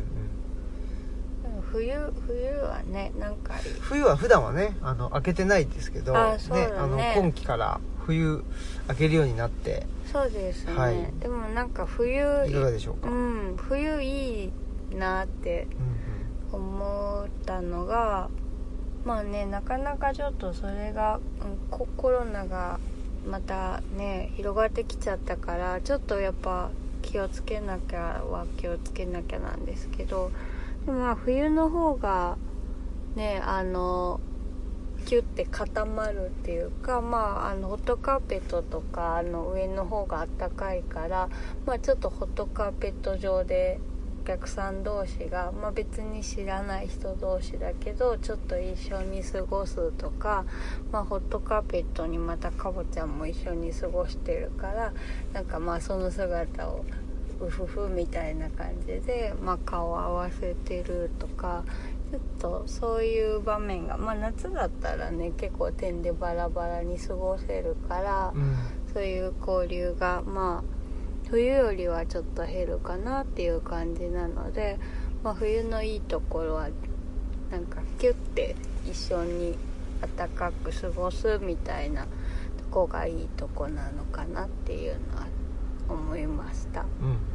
冬はね、なんか冬は普段はね開けてないですけど、今季から冬開けるようになって。 そうですね、はい、でもなんか冬いかがでしょうか？ 冬いいなって思ったのが、まあね、なかなかちょっとそれがコロナがまたね広がってきちゃったから、ちょっとやっぱ気をつけなきゃなんですけど、でもまあ冬の方がねキュッて固まるっていうか、まあホットカーペットとか上の方があったかいから、まあちょっとホットカーペット上でお客さん同士が、まあ別に知らない人同士だけどちょっと一緒に過ごすとか、まあホットカーペットにまたカボちゃんも一緒に過ごしてるから、なんかまあその姿をウフフみたいな感じで、まあ顔を合わせてるとか、ちょっとそういう場面が、まあ夏だったらね結構点でバラバラに過ごせるから、そういう交流がまあ冬よりはちょっと減るかなっていう感じなので、まあ、冬のいいところはなんかキュッて一緒に暖かく過ごすみたいなとこがいいとこなのかなっていうのは思いました。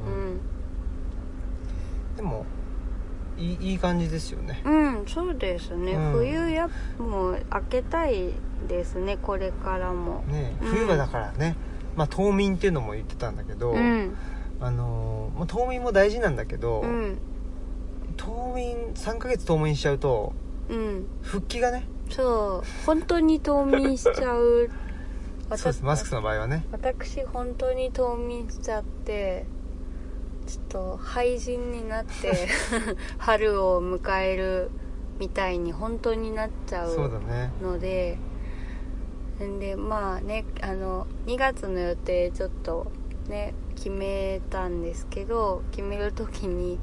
でもいい感じですよね。 そうですね、冬もう開けたいですね、これからもね。冬はだからね、まあ冬眠っていうのも言ってたんだけど、冬眠も大事なんだけど、冬眠3ヶ月冬眠しちゃうと、復帰がね、 そう本当に冬眠しちゃうそうです、マスクさんの場合はね。 私本当に冬眠しちゃってちょっと廃人になって春を迎えるみたいに本当になっちゃうので、でまあね2月の予定ちょっとね決めたんですけど、決める時に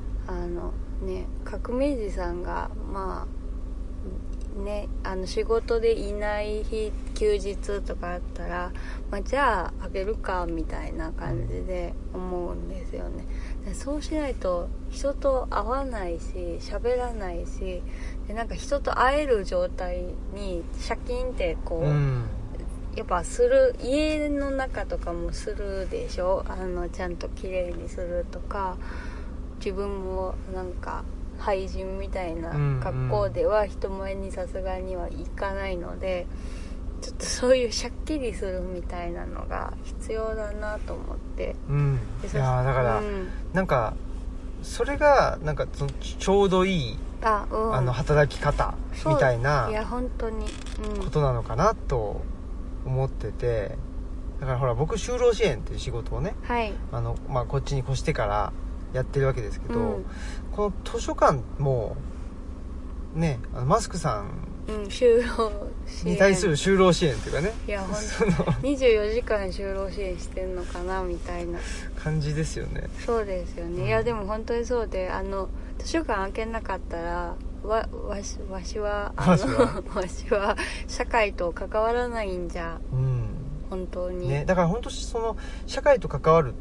革命児さんがまあね仕事でいない日休日とかあったら、まあ、じゃああげるかみたいな感じで思うんですよね。でそうしないと人と会わないし喋らないし、でなんか人と会える状態にシャキンってこう、やっぱする、家の中とかもするでしょ、ちゃんと綺麗にするとか、自分もなんか廃人みたいな格好では人前にさすがには行かないので、ちょっとそういうシャッキリするみたいなのが必要だなと思って、 いやだから、なんかそれがなんかちょうどいい働き方みたいなことなのかなと思ってて、だからほら僕就労支援っていう仕事をね、こっちに越してからやってるわけですけど、この図書館もねマスクさん就労支援に対する就労支援っていうかね、 いや本当24時間就労支援してんのかなみたいな感じですよね。 そうですよね、いやでも本当にそうで、図書館開けなかったらわしは社会と関わらないんじゃ、本当にね、だから本当その社会と関わるって、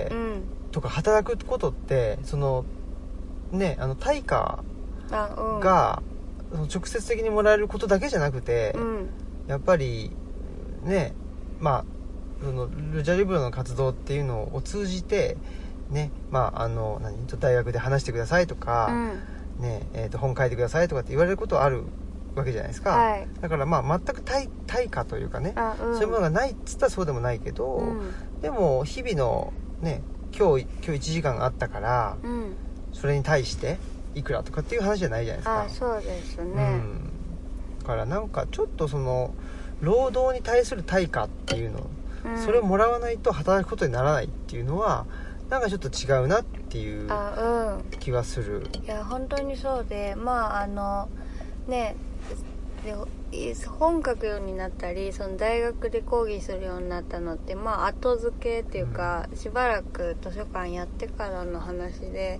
とか働くことってそのね対価が、直接的にもらえることだけじゃなくて、やっぱりねそのルチャリブロの活動っていうのを通じてね、大学で話してくださいとか、本書いてくださいとかって言われることはあるわけじゃないですか、はい、だから全く対価というかね、そういうものがないっつったらそうでもないけど、でも日々のね今日1時間あったから、それに対していくらとかっていう話じゃないじゃないですか。 そうですね、 だからなんかちょっとその労働に対する対価っていうの、それをもらわないと働くことにならないっていうのはなんかちょっと違うなっていう気はする。 いや本当にそうで、ね本書くようになったり、その大学で講義するようになったのって後付けっていうか、しばらく図書館やってからの話で、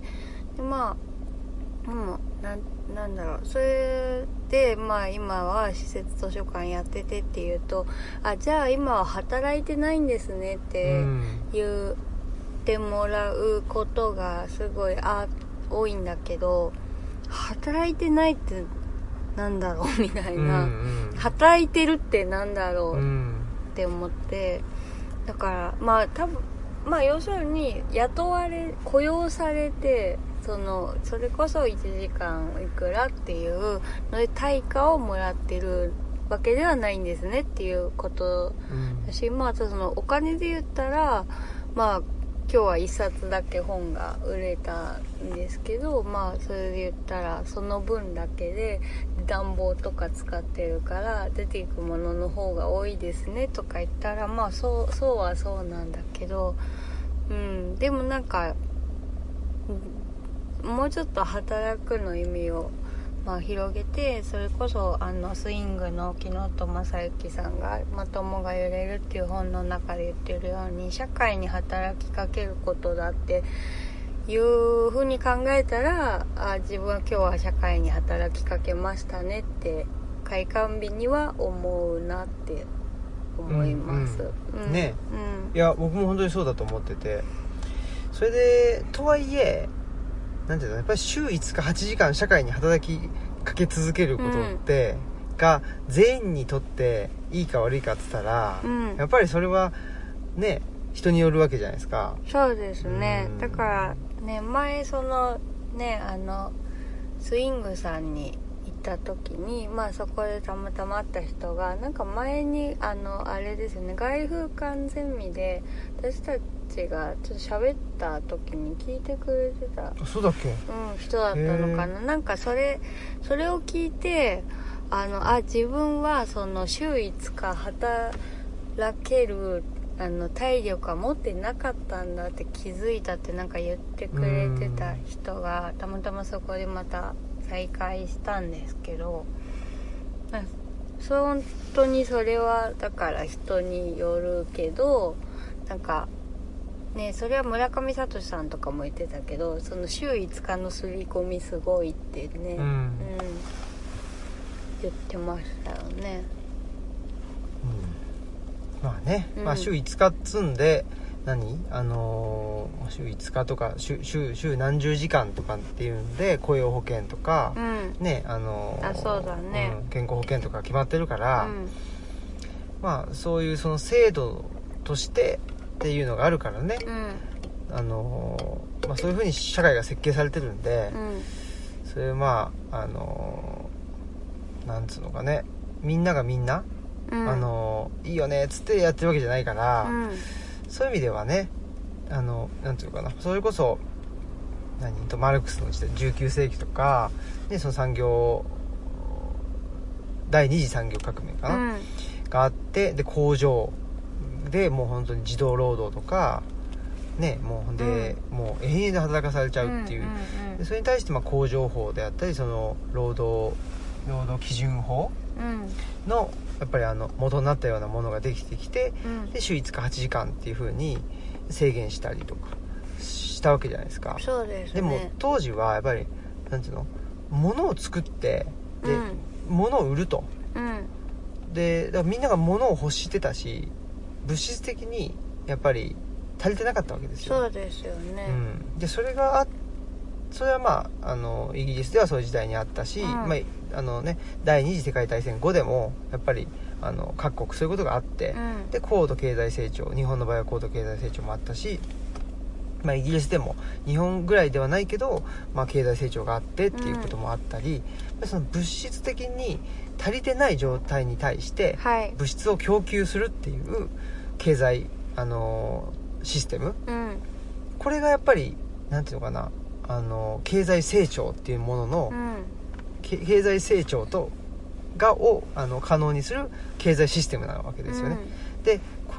なんだろう、それで今は施設図書館やっててっていうと、じゃあ今は働いてないんですねって言ってもらうことがすごい多いんだけど、働いてないってなんだろうみたいな、働いてるってなんだろうって思って、だから多分要するに雇用されて、それこそ1時間いくらっていうので対価をもらってるわけではないんですねっていうことだし、そのお金で言ったら今日は1冊だけ本が売れたんですけど、それで言ったらその分だけで暖房とか使ってるから出ていくものの方が多いですねとか言ったらそうはそうなんだけど、でもなんかもうちょっと働くの意味を広げて、それこそスイングの木本正幸さんがまともが揺れるっていう本の中で言ってるように、社会に働きかけることだっていう風に考えたら、自分は今日は社会に働きかけましたねって開館日には思うなって思います、 いや僕も本当にそうだと思ってて、それでとはいえなんていうの、やっぱり週5日8時間社会に働きかけ続けることって、が全員にとっていいか悪いかって言ったら、やっぱりそれはね人によるわけじゃないですか。 そうですね、だからね前そのねスイングさんに行った時にそこでたまたま会った人がなんか前にあれですよね、外風館ゼミで私たちがちょっと喋った時に聞いてくれてたそうだっけ、 人だったのかな。なんかそれを聞いて自分はその週5日働ける体力は持ってなかったんだって気づいたってなんか言ってくれてた人がたまたまそこでまた再会したんですけど、本当にそれはだから人によるけど、なんかねそれは村上聡さんとかも言ってたけど、その週5日の刷り込みすごいってね、言ってましたよね。 週5日っつんで週5日とか週何十時間とかっていうんで雇用保険とか、 そうだね、 健康保険とか決まってるから、そういうその制度としてっていうのがあるからね、そういう風に社会が設計されてるんで、それなんつうのかね、みんながみんな、いいよねっつってやってるわけじゃないから、そういう意味ではねなんていうかな、それこそマルクスの時代19世紀とか、その第二次産業革命かな、があって、で工場でもう本当に児童労働とかもうもう永遠で働かされちゃうっていう、でそれに対して工場法であったり、その労働基準法のやっぱり元になったようなものができてきて、で週5日8時間っていう風に制限したりとかしたわけじゃないですか。 そうですね。 でも当時はやっぱりなんていうの、物を作ってで、物を売ると、でだからみんなが物を欲してたし、物質的にやっぱり足りてなかったわけですよ。 そうですよね。 でそれはまあイギリスではそういう時代にあったし、第二次世界大戦後でもやっぱり各国そういうことがあって、で高度経済成長、日本の場合は高度経済成長もあったし、イギリスでも日本ぐらいではないけど、経済成長があってっていうこともあったり、その物質的に足りてない状態に対して物質を供給するっていう経済システム、これがやっぱりなんていうのかな、経済成長っていうものの、経済成長を可能にする経済システムなわけですよね。でこ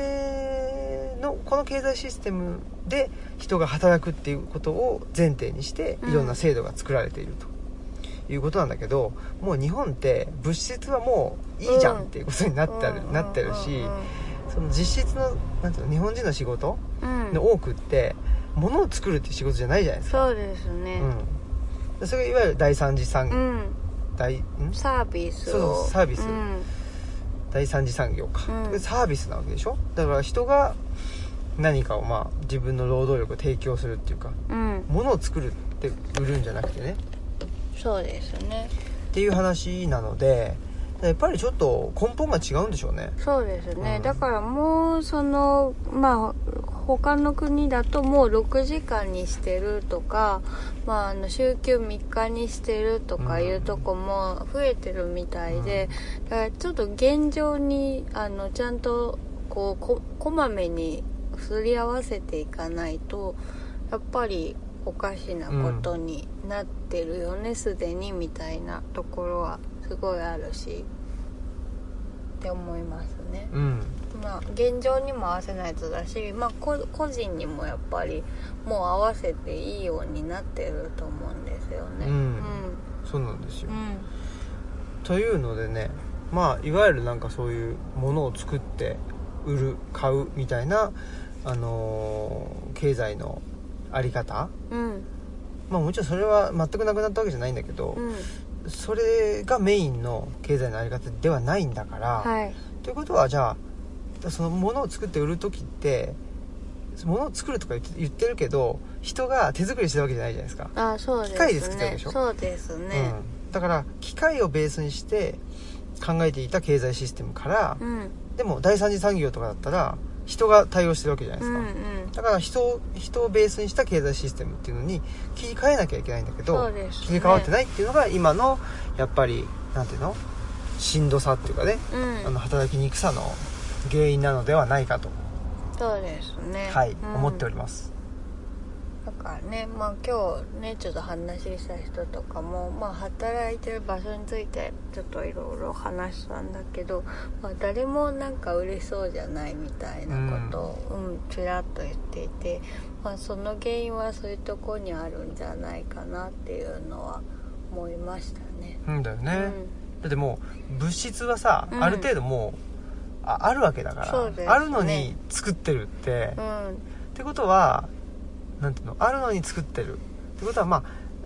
の経済システムで人が働くっていうことを前提にしていろんな制度が作られているということなんだけど、もう日本って物質はもういいじゃんっていうことになってるし、その実質のなんていうの、日本人の仕事の多くって物を作るっていう仕事じゃないじゃないですか。 そうですね。 それがいわゆる第三次産業、 サービスを、サービス、第三次産業か、サービスなわけでしょ。だから人が何かを自分の労働力を提供するっていうか、物を作るって売るんじゃなくてね。 そうですね。 っていう話なので、やっぱりちょっと根本が違うんでしょうね。 そうですね。だからもう他の国だともう6時間にしてるとか、週休3日にしてるとかいうとこも増えてるみたいで、だからちょっと現状にちゃんとこまめにすり合わせていかないとやっぱりおかしなことになってるよね、すでにみたいなところはすごいあるしって思いますね。現状にも合わせないとだし、個人にもやっぱりもう合わせていいようになってると思うんですよね。 そうなんですよ。というのでね、いわゆるなんかそういうものを作って売る買うみたいな経済のあり方、もちろんそれは全くなくなったわけじゃないんだけど、それがメインの経済のあり方ではないんだから、ということはじゃあその物を作って売る時って物を作るとか言ってるけど人が手作りしてるわけじゃないじゃないですか。 そうですね。 機械で作ってるでしょ。 そうですね。 だから機械をベースにして考えていた経済システムから、でも第三次産業とかだったら人が対応してるわけじゃないですか。だから人をベースにした経済システムっていうのに切り替えなきゃいけないんだけど、切り替わってないっていうのが今のやっぱりなんていうの、しんどさっていうかね、働きにくさの原因なのではないかと、 そうですね、 思っております。 だからね、今日ねちょっと話した人とかも、働いてる場所についてちょっといろいろ話したんだけど、誰もなんか嬉しそうじゃないみたいなことを、ちらっと言っていて、その原因はそういうとこにあるんじゃないかなっていうのは思いましたね。 だよね、だってもう物質はさ、ある程度もうあるわけだから、そうですね、あるのに作ってるって、ってことはなんていうの、あるのに作ってるってことは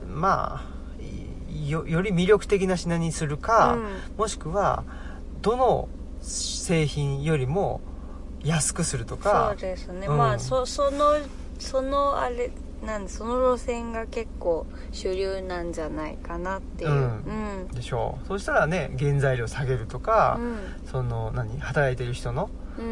より魅力的な品にするか、もしくはどの製品よりも安くするとか。 そうですね、そのあれなんで、その路線が結構主流なんじゃないかなっていう、 でしょう。そうしたらね、原材料下げるとか、働いてる人の、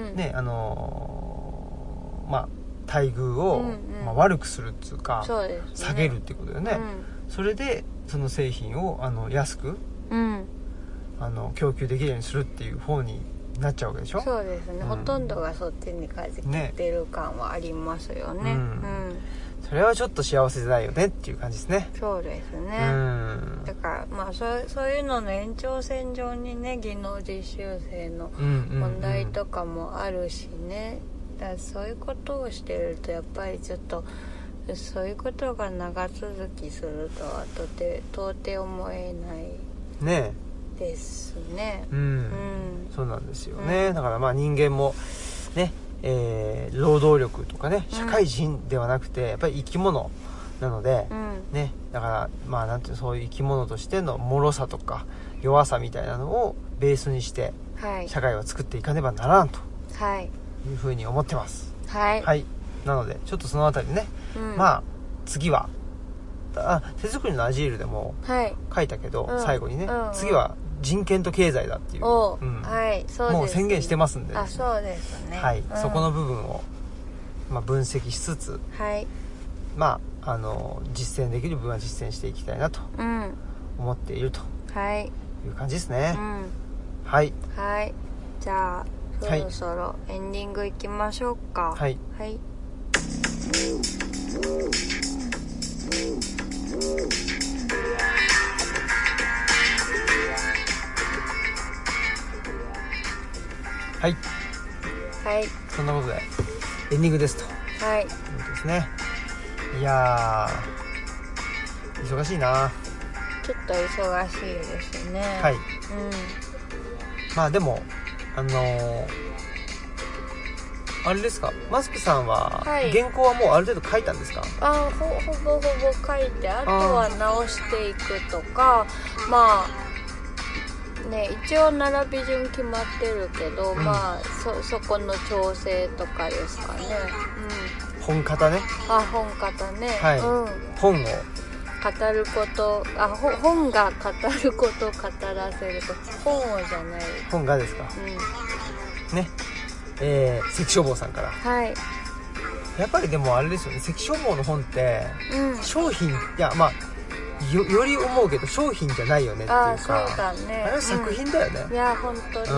待遇を、悪くするっていうか、下げるっていうことだよね。それでその製品を安く、供給できるようにするっていう方になっちゃうわけでしょ。 そうですね、ほとんどがそっちにかじってる感はありますよね。 それはちょっと幸せじゃないよねっていう感じですね。 そうですね、だからそういうのの延長線上にね、技能実習生の問題とかもあるしね、だからそういうことをしてるとやっぱりちょっとそういうことが長続きするとは到底思えないですね。 そうなんですよね。だからまあ人間もね、労働力とかね、社会人ではなくてやっぱり生き物なので、ね、だからまあなんていう、そういう生き物としての脆さとか弱さみたいなのをベースにして社会を作っていかねばならんというふうに思ってます。はい。なのでちょっとそのあたりね、まあ次は手作りのアジールでも書いたけど、最後にね、次は人権と経済だっていう、もう宣言してますんで、 そうですね。 そこの部分をまあ分析しつつ、まあ実践できる部分は実践していきたいなと思っているという感じですね。はい。 じゃあそろそろエンディングいきましょうか。はい。 そんなことでエンディングですと。いうことですね。いやー、忙しいな。 ちょっと忙しいですね。 まあでもあれですか、マスクさんは原稿はもうある程度書いたんですか？ ほぼ書いて、あとは直していくとか、まあね、一応並び順決まってるけど、まあそこの調整とかですかね。 本型ね。 本型ね。 本を語ること、本が語ることを語らせると、本をじゃない。 本がですか。ね。関書房さんから。やっぱりでもあれですよね、関書房の本って、商品、いやまあより思うけど商品じゃないよねっていうか、 そうだね、 あれは作品だよね。 いや本当に。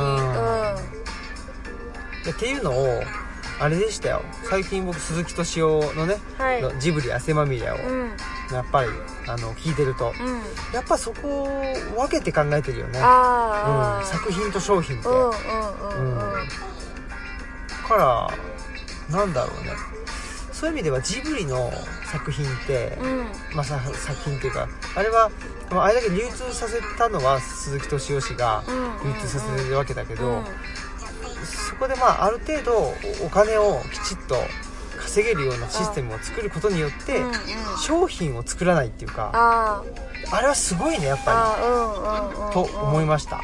っていうのをあれでしたよ、最近僕鈴木敏夫のね、のジブリ汗まみれを、やっぱり聞いてると、やっぱそこを分けて考えてるよね。作品と商品って。からなんだろうね、そういう意味ではジブリの作品って、作品っていうか、あれはあれだけ流通させたのは鈴木敏夫氏が流通させてるわけだけど、そこである程度お金をきちっと稼げるようなシステムを作ることによって商品を作らないっていうか、あれはすごいねやっぱりと思いました。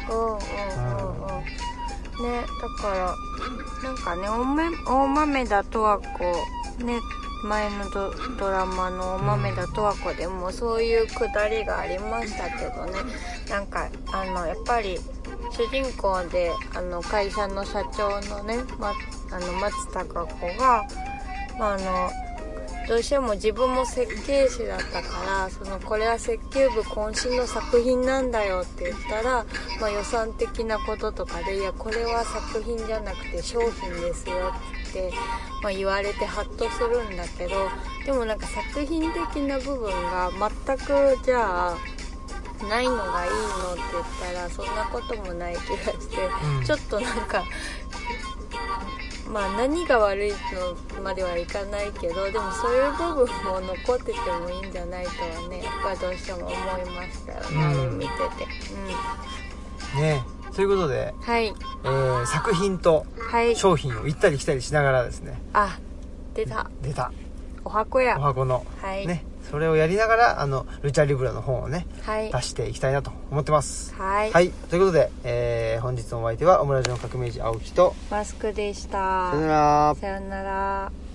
ね、だからなんかね、大豆田十和子ね、前のドラマの大豆田十和子でもそういうくだりがありましたけどね、なんかやっぱり主人公で会社の社長のね、松たか子が、どうしても自分も設計士だったから、これは設計部渾身の作品なんだよって言ったら、予算的なこととかで、いやこれは作品じゃなくて商品ですよって、言われてハッとするんだけど、でもなんか作品的な部分が全くじゃあないのがいいのって言ったらそんなこともない気がして、ちょっとなんか何が悪いのまではいかないけど、でもそういう部分も残っててもいいんじゃないとはね、やっぱどうしても思いましたよね、あれ見てて。ね、 ということで、作品と商品を行ったり来たりしながらですね、 出たお箱の、ね、それをやりながらルチャリブラの本をね、出していきたいなと思ってます。ということで、本日のお相手はオムラジの革命児青木とマスクでした。 さよなら。 さよなら。